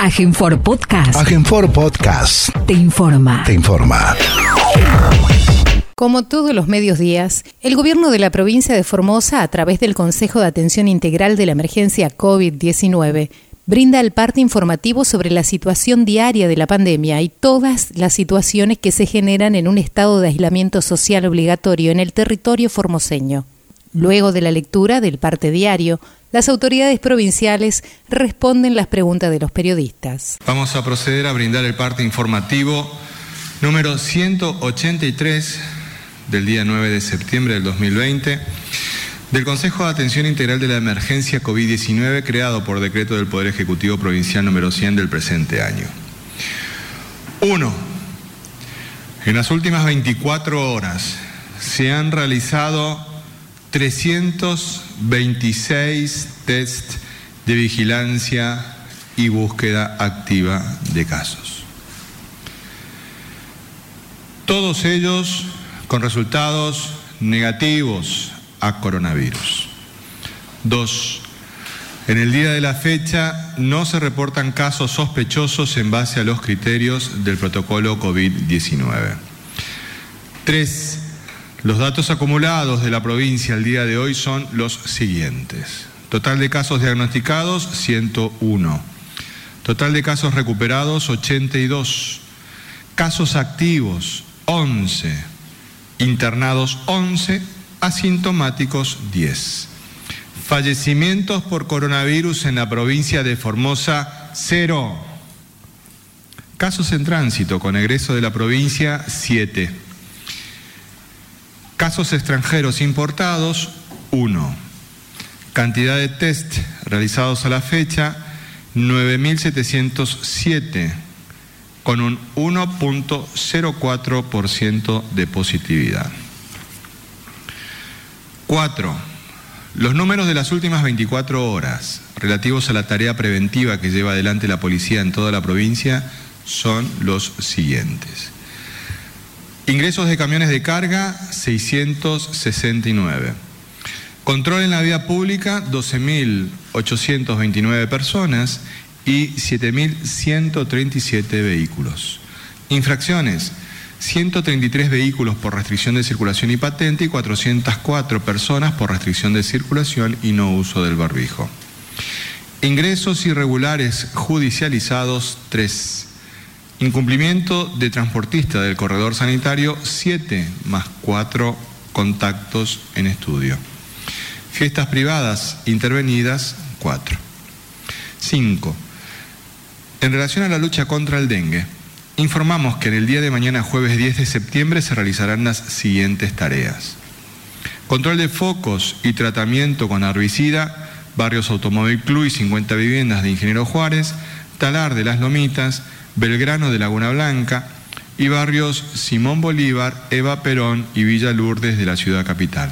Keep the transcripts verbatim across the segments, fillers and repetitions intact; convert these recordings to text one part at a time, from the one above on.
Agenfor Podcast. Agenfor Podcast. Te informa. Te informa. Como todos los mediodías, el gobierno de la provincia de Formosa, a través del Consejo de Atención Integral de la Emergencia COVID diecinueve, brinda el parte informativo sobre la situación diaria de la pandemia y todas las situaciones que se generan en un estado de aislamiento social obligatorio en el territorio formoseño. Luego de la lectura del parte diario, las autoridades provinciales responden las preguntas de los periodistas. Vamos a proceder a brindar el parte informativo número ciento ochenta y tres del día nueve de septiembre del dos mil veinte del Consejo de Atención Integral de la Emergencia COVID diecinueve creado por decreto del Poder Ejecutivo Provincial número cien del presente año. uno. En las últimas veinticuatro horas se han realizado trescientos veintiséis test de vigilancia y búsqueda activa de casos. Todos ellos con resultados negativos a coronavirus. Dos. En el día de la fecha no se reportan casos sospechosos en base a los criterios del protocolo COVID diecinueve. Tres. Los datos acumulados de la provincia al día de hoy son los siguientes. Total de casos diagnosticados, ciento uno. Total de casos recuperados, ochenta y dos. Casos activos, once. Internados, once. Asintomáticos, diez. Fallecimientos por coronavirus en la provincia de Formosa, cero. Casos en tránsito con egreso de la provincia, siete. Casos extranjeros importados, uno. Cantidad de test realizados a la fecha, nueve mil setecientos siete, con un uno punto cero cuatro por ciento de positividad. cuatro. Los números de las últimas veinticuatro horas relativos a la tarea preventiva que lleva adelante la policía en toda la provincia son los siguientes. Ingresos de camiones de carga, seiscientos sesenta y nueve. Control en la vía pública, doce mil ochocientos veintinueve personas y siete mil ciento treinta y siete vehículos. Infracciones, ciento treinta y tres vehículos por restricción de circulación y patente y cuatrocientas cuatro personas por restricción de circulación y no uso del barbijo. Ingresos irregulares judicializados, tres. Incumplimiento de transportista del corredor sanitario, siete más cuatro contactos en estudio. Fiestas privadas intervenidas, cuatro. cinco. En relación a la lucha contra el dengue, informamos que en el día de mañana, jueves diez de septiembre, se realizarán las siguientes tareas. Control de focos y tratamiento con herbicida, barrios Automóvil Club y cincuenta viviendas de Ingeniero Juárez, Talar de las Lomitas, Belgrano de Laguna Blanca y barrios Simón Bolívar, Eva Perón y Villa Lourdes de la ciudad capital.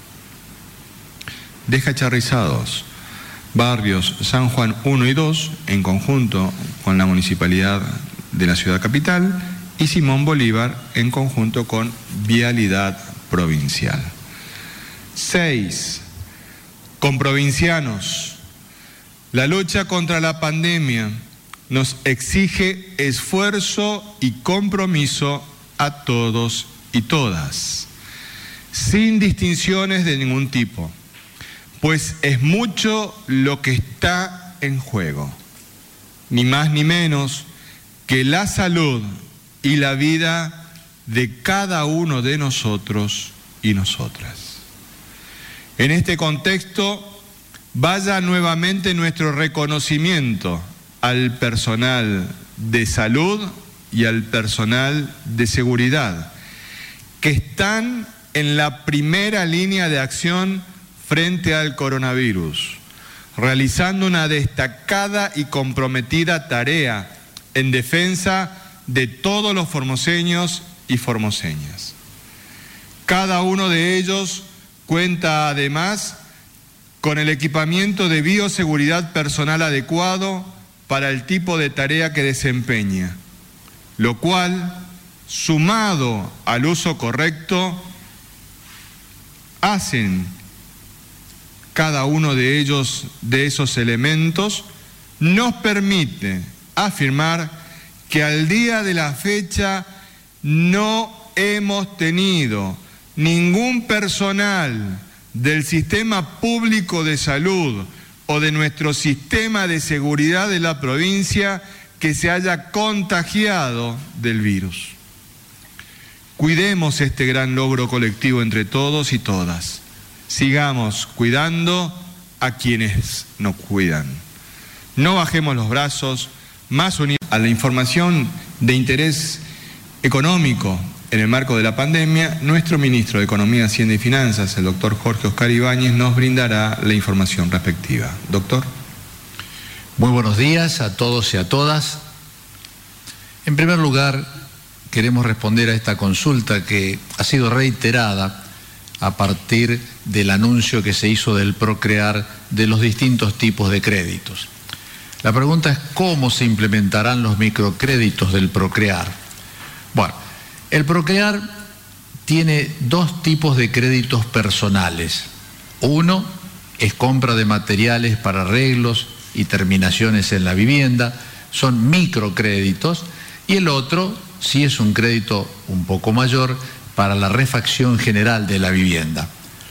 Descacharrizados, barrios San Juan uno y dos en conjunto con la municipalidad de la ciudad capital y Simón Bolívar en conjunto con Vialidad Provincial. seis. Con provincianos, la lucha contra la pandemia nos exige esfuerzo y compromiso a todos y todas, sin distinciones de ningún tipo, pues es mucho lo que está en juego, ni más ni menos que la salud y la vida de cada uno de nosotros y nosotras. En este contexto, vaya nuevamente nuestro reconocimiento al personal de salud y al personal de seguridad, que están en la primera línea de acción frente al coronavirus, realizando una destacada y comprometida tarea en defensa de todos los formoseños y formoseñas. Cada uno de ellos cuenta además con el equipamiento de bioseguridad personal adecuado para el tipo de tarea que desempeña, lo cual, sumado al uso correcto, hacen cada uno de ellos, de esos elementos, nos permite afirmar que al día de la fecha no hemos tenido ningún personal del sistema público de salud o de nuestro sistema de seguridad de la provincia que se haya contagiado del virus. Cuidemos este gran logro colectivo entre todos y todas. Sigamos cuidando a quienes nos cuidan. No bajemos los brazos, más unidos a la información de interés económico. En el marco de la pandemia, nuestro ministro de Economía, Hacienda y Finanzas, el doctor Jorge Oscar Ibáñez, nos brindará la información respectiva. Doctor. Muy buenos días a todos y a todas. En primer lugar, queremos responder a esta consulta que ha sido reiterada a partir del anuncio que se hizo del Procrear de los distintos tipos de créditos. La pregunta es cómo se implementarán los microcréditos del Procrear. Bueno, el Procrear tiene dos tipos de créditos personales. Uno es compra de materiales para arreglos y terminaciones en la vivienda, son microcréditos, y el otro sí es un crédito un poco mayor para la refacción general de la vivienda.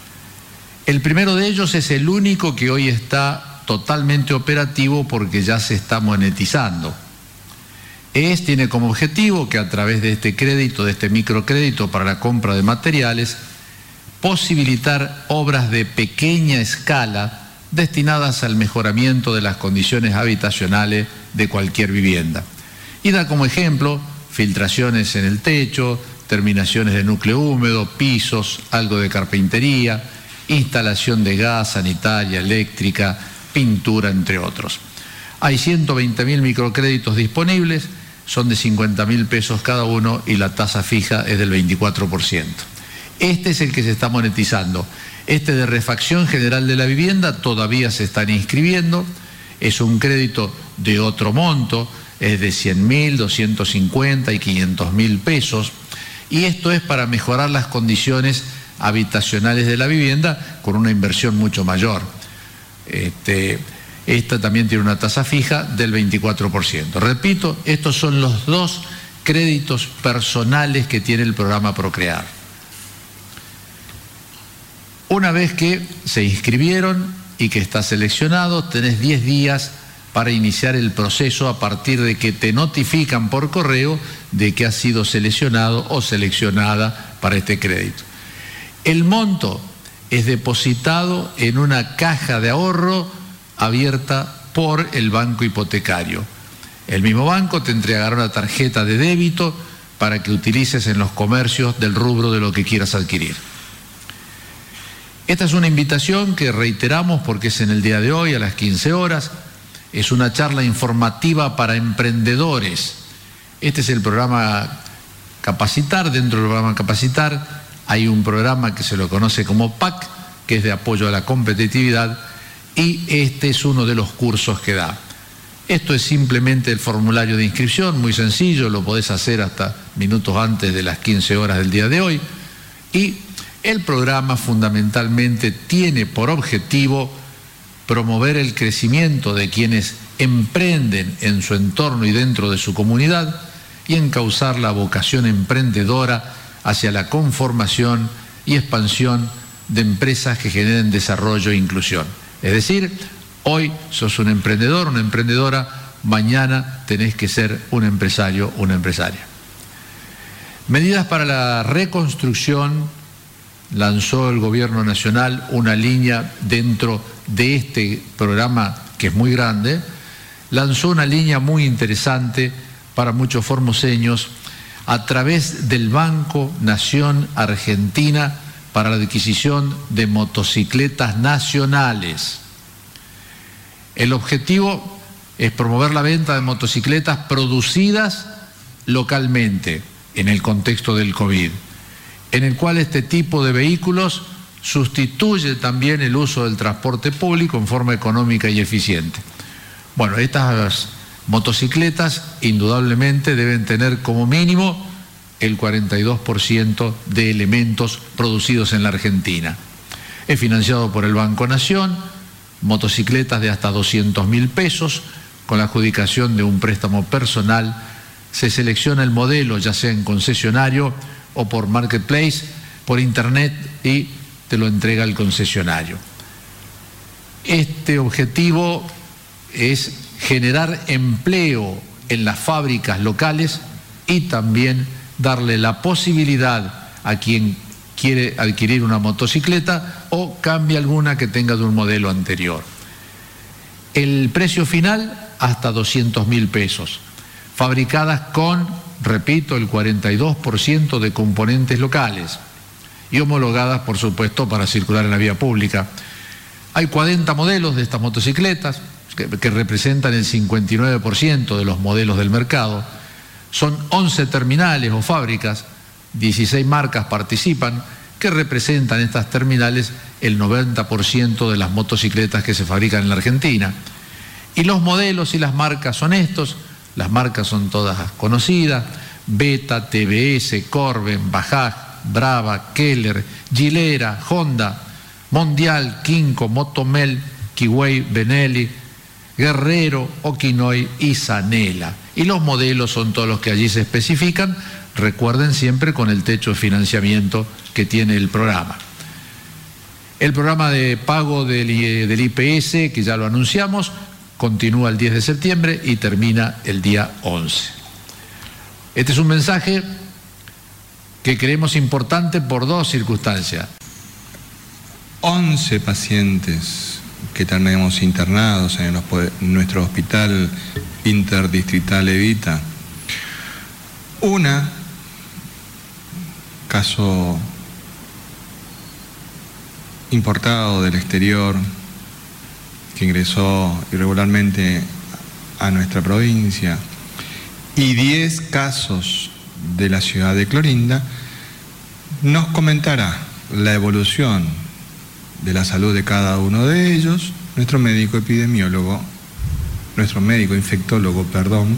El primero de ellos es el único que hoy está totalmente operativo porque ya se está monetizando. Es, tiene como objetivo que a través de este crédito, de este microcrédito para la compra de materiales, posibilitar obras de pequeña escala destinadas al mejoramiento de las condiciones habitacionales de cualquier vivienda. Y da como ejemplo filtraciones en el techo, terminaciones de núcleo húmedo, pisos, algo de carpintería, instalación de gas, sanitaria, eléctrica, pintura, entre otros. Hay ciento veinte mil microcréditos disponibles, son de cincuenta mil pesos cada uno y la tasa fija es del veinticuatro por ciento. Este es el que se está monetizando. Este de refacción general de la vivienda todavía se están inscribiendo, es un crédito de otro monto, es de cien mil, doscientos cincuenta y quinientos mil pesos, y esto es para mejorar las condiciones habitacionales de la vivienda con una inversión mucho mayor. Este, esta también tiene una tasa fija del veinticuatro por ciento. Repito, estos son los dos créditos personales que tiene el programa Procrear. Una vez que se inscribieron y que está seleccionado, tenés diez días para iniciar el proceso a partir de que te notifican por correo de que has sido seleccionado o seleccionada para este crédito. El monto es depositado en una caja de ahorro abierta por el banco hipotecario. El mismo banco te entregará una tarjeta de débito para que utilices en los comercios del rubro de lo que quieras adquirir. Esta es una invitación que reiteramos porque es en el día de hoy a las quince horas. Es una charla informativa para emprendedores. Este es el programa Capacitar. Dentro del programa Capacitar hay un programa que se lo conoce como P A C, que es de apoyo a la competitividad, y este es uno de los cursos que da. Esto es simplemente el formulario de inscripción, muy sencillo, lo podés hacer hasta minutos antes de las quince horas del día de hoy, y el programa fundamentalmente tiene por objetivo promover el crecimiento de quienes emprenden en su entorno y dentro de su comunidad y encauzar la vocación emprendedora hacia la conformación y expansión de empresas que generen desarrollo e inclusión. Es decir, hoy sos un emprendedor, una emprendedora, mañana tenés que ser un empresario, una empresaria. Medidas para la reconstrucción. Lanzó el Gobierno Nacional una línea dentro de este programa que es muy grande, lanzó una línea muy interesante para muchos formoseños a través del Banco Nación Argentina para la adquisición de motocicletas nacionales. El objetivo es promover la venta de motocicletas producidas localmente en el contexto del COVID, en el cual este tipo de vehículos sustituye también el uso del transporte público en forma económica y eficiente. Bueno, estas motocicletas indudablemente deben tener como mínimo el cuarenta y dos por ciento de elementos producidos en la Argentina. Es financiado por el Banco Nación, motocicletas de hasta doscientos mil pesos, con la adjudicación de un préstamo personal, se selecciona el modelo, ya sea en concesionario o por marketplace, por internet, y te lo entrega el concesionario. Este objetivo es generar empleo en las fábricas locales y también darle la posibilidad a quien quiere adquirir una motocicleta o cambie alguna que tenga de un modelo anterior. El precio final hasta doscientos mil pesos, fabricadas con, repito, el cuarenta y dos por ciento de componentes locales y homologadas, por supuesto, para circular en la vía pública. Hay cuarenta modelos de estas motocicletas que, que representan el cincuenta y nueve por ciento de los modelos del mercado. Son once terminales o fábricas, dieciséis marcas participan, que representan estas terminales el noventa por ciento de las motocicletas que se fabrican en la Argentina. Y los modelos y las marcas son estos, las marcas son todas conocidas: Beta, T V S, Corben, Bajaj, Brava, Keller, Gilera, Honda, Mondial, Kinko, Motomel, Kiway, Benelli, Guerrero, Okinoy y Zanela. Y los modelos son todos los que allí se especifican, recuerden siempre con el techo de financiamiento que tiene el programa. El programa de pago del, del I P S, que ya lo anunciamos, continúa el diez de septiembre y termina el día once. Este es un mensaje que creemos importante por dos circunstancias. once pacientes que tenemos internados en nuestro hospital interdistrital Evita. Una, caso importado del exterior, que ingresó irregularmente a nuestra provincia, y diez casos de la ciudad de Clorinda. Nos comentará la evolución de la salud de cada uno de ellos nuestro médico epidemiólogo, nuestro médico infectólogo, perdón,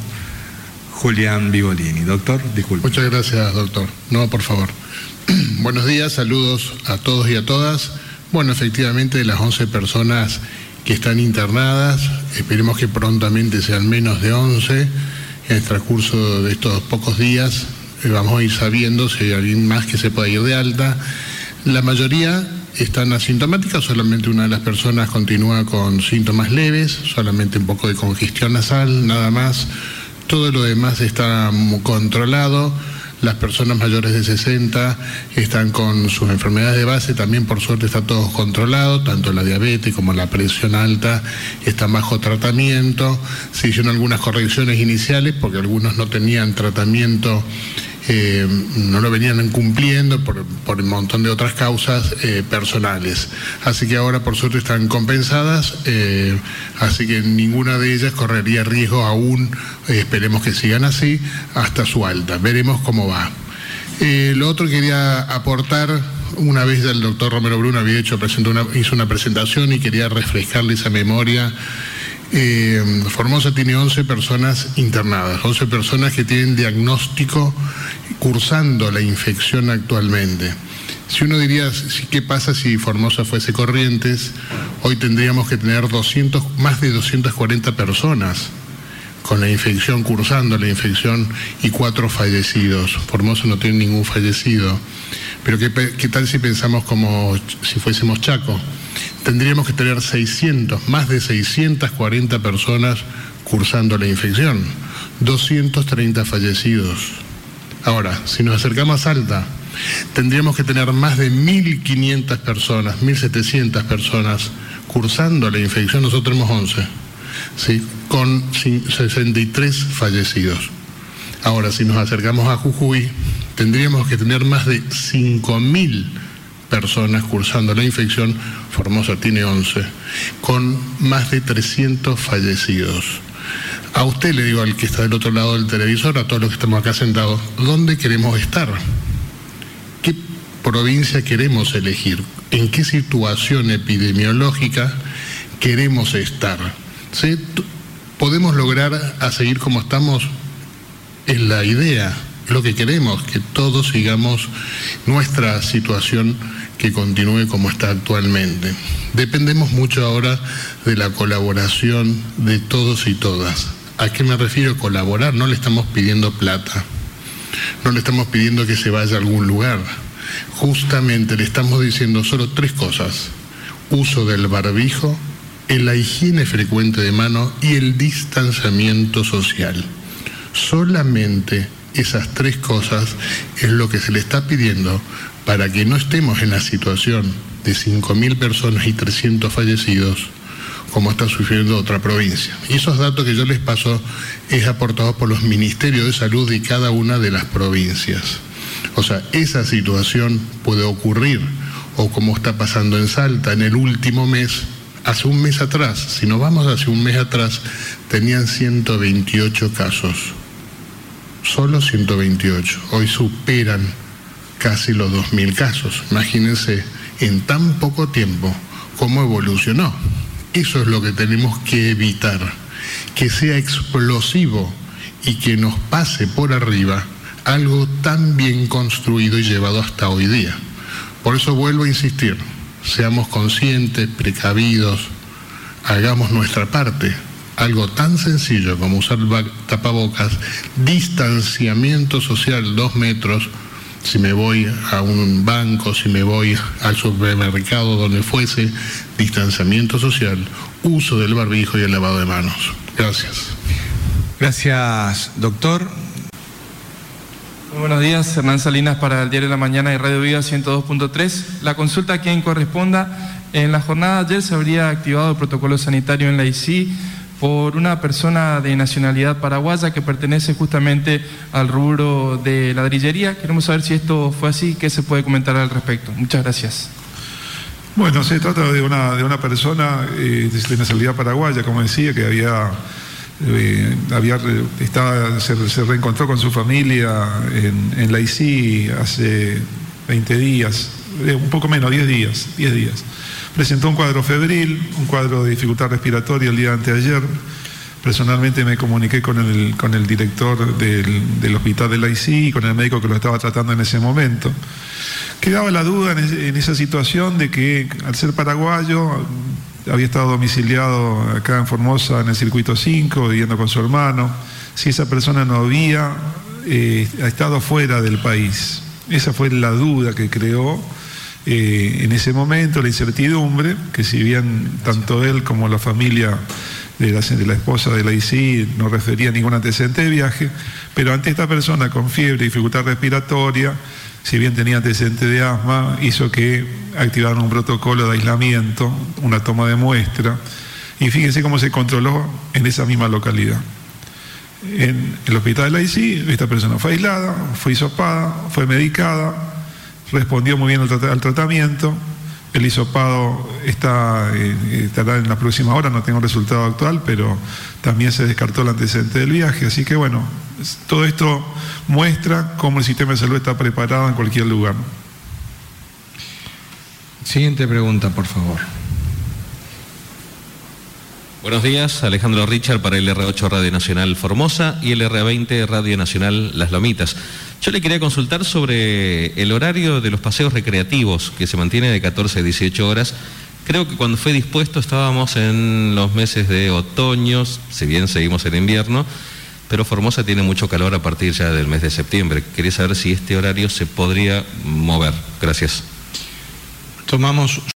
Julián Vivolini. Doctor, disculpe. Muchas gracias, doctor. No, por favor. Buenos días, saludos a todos y a todas. Bueno, efectivamente, de las once personas que están internadas, esperemos que prontamente sean menos de once. En el transcurso de estos pocos días eh, vamos a ir sabiendo si hay alguien más que se pueda ir de alta. La mayoría están asintomáticas, solamente una de las personas continúa con síntomas leves, solamente un poco de congestión nasal, nada más. Todo lo demás está controlado. Las personas mayores de sesenta están con sus enfermedades de base, también por suerte está todo controlado, tanto la diabetes como la presión alta están bajo tratamiento. Se hicieron algunas correcciones iniciales porque algunos no tenían tratamiento, eh, no lo venían cumpliendo por, por un montón de otras causas eh, personales. Así que ahora por suerte están compensadas, eh, así que ninguna de ellas correría riesgo aún, eh, esperemos que sigan así, hasta su alta. Veremos cómo va. Eh, lo otro quería aportar, una vez el doctor Romero Bruno había hecho, presentó una, hizo una presentación y quería refrescarle esa memoria. Eh, Formosa tiene once personas internadas, once personas que tienen diagnóstico cursando la infección actualmente. Si uno diría, ¿qué pasa si Formosa fuese Corrientes? Hoy tendríamos que tener doscientos, más de doscientas cuarenta personas con la infección, cursando la infección, y cuatro fallecidos. Formosa no tiene ningún fallecido. Pero ¿qué, qué tal si pensamos como si fuésemos Chaco? Tendríamos que tener seiscientos, más de seiscientas cuarenta personas cursando la infección, doscientos treinta fallecidos. Ahora, si nos acercamos a Salta, tendríamos que tener más de mil quinientas personas, mil setecientas personas cursando la infección. Nosotros tenemos once, ¿sí? Con sesenta y tres fallecidos. Ahora, si nos acercamos a Jujuy, tendríamos que tener más de cinco mil personas cursando la infección. Formosa tiene once, con más de trescientos fallecidos. A usted le digo, al que está del otro lado del televisor, a todos los que estamos acá sentados, ¿dónde queremos estar? ¿Qué provincia queremos elegir? ¿En qué situación epidemiológica queremos estar? ¿Sí? ¿Podemos lograr a seguir como estamos? Es la idea, lo que queremos, que todos sigamos nuestra situación que continúe como está actualmente. Dependemos mucho ahora de la colaboración de todos y todas. ¿A qué me refiero colaborar? No le estamos pidiendo plata, no le estamos pidiendo que se vaya a algún lugar. Justamente le estamos diciendo solo tres cosas: uso del barbijo, la higiene frecuente de mano y el distanciamiento social. Solamente esas tres cosas es lo que se le está pidiendo para que no estemos en la situación de cinco mil personas y trescientos fallecidos como está sufriendo otra provincia. Y esos datos que yo les paso es aportados por los ministerios de salud de cada una de las provincias. O sea, esa situación puede ocurrir, o como está pasando en Salta en el último mes, hace un mes atrás, si nos vamos hace un mes atrás, tenían ciento veintiocho casos, solo ciento veintiocho, hoy superan casi los dos mil casos. Imagínense en tan poco tiempo cómo evolucionó. Eso es lo que tenemos que evitar, que sea explosivo y que nos pase por arriba algo tan bien construido y llevado hasta hoy día. Por eso vuelvo a insistir, seamos conscientes, precavidos, hagamos nuestra parte. Algo tan sencillo como usar tapabocas, distanciamiento social, dos metros, si me voy a un banco, si me voy al supermercado, donde fuese, distanciamiento social, uso del barbijo y el lavado de manos. Gracias. Gracias, doctor. Muy buenos días, Hernán Salinas para el Diario de la Mañana y Radio Vida ciento dos punto tres. La consulta a quien corresponda. En la jornada de ayer se habría activado el protocolo sanitario en la I C I por una persona de nacionalidad paraguaya que pertenece justamente al rubro de ladrillería. Queremos saber si esto fue así, qué se puede comentar al respecto. Muchas gracias. Bueno, se trata de una, de una persona eh, de nacionalidad paraguaya, como decía, que había, eh, había estaba, se, se reencontró con su familia en, en la I C I hace veinte días, eh, un poco menos, diez días, diez días. Presentó un cuadro febril, un cuadro de dificultad respiratoria el día de anteayer. Personalmente me comuniqué con el, con el director del, del hospital de la I C I y con el médico que lo estaba tratando en ese momento. Quedaba la duda en, ese, en esa situación de que, al ser paraguayo, había estado domiciliado acá en Formosa en el circuito cinco, viviendo con su hermano, si esa persona no había eh, estado fuera del país. Esa fue la duda que creó Eh, en ese momento, la incertidumbre, que si bien tanto él como la familia de la, de la esposa de la I C I no refería ningún antecedente de viaje, pero ante esta persona con fiebre y dificultad respiratoria, si bien tenía antecedente de asma, hizo que activaran un protocolo de aislamiento, una toma de muestra, y fíjense cómo se controló en esa misma localidad. En el hospital de la I C I, esta persona fue aislada, fue hisopada, fue medicada, respondió muy bien al, trat al tratamiento. El hisopado está, eh, estará en la próxima hora, no tengo el resultado actual, pero también se descartó el antecedente del viaje. Así que bueno, todo esto muestra cómo el sistema de salud está preparado en cualquier lugar. Siguiente pregunta, por favor. Buenos días, Alejandro Richard para el R ocho Radio Nacional Formosa y el R veinte Radio Nacional Las Lomitas. Yo le quería consultar sobre el horario de los paseos recreativos que se mantiene de catorce a dieciocho horas. Creo que cuando fue dispuesto estábamos en los meses de otoño, si bien seguimos en invierno, pero Formosa tiene mucho calor a partir ya del mes de septiembre. Quería saber si este horario se podría mover. Gracias. Tomamos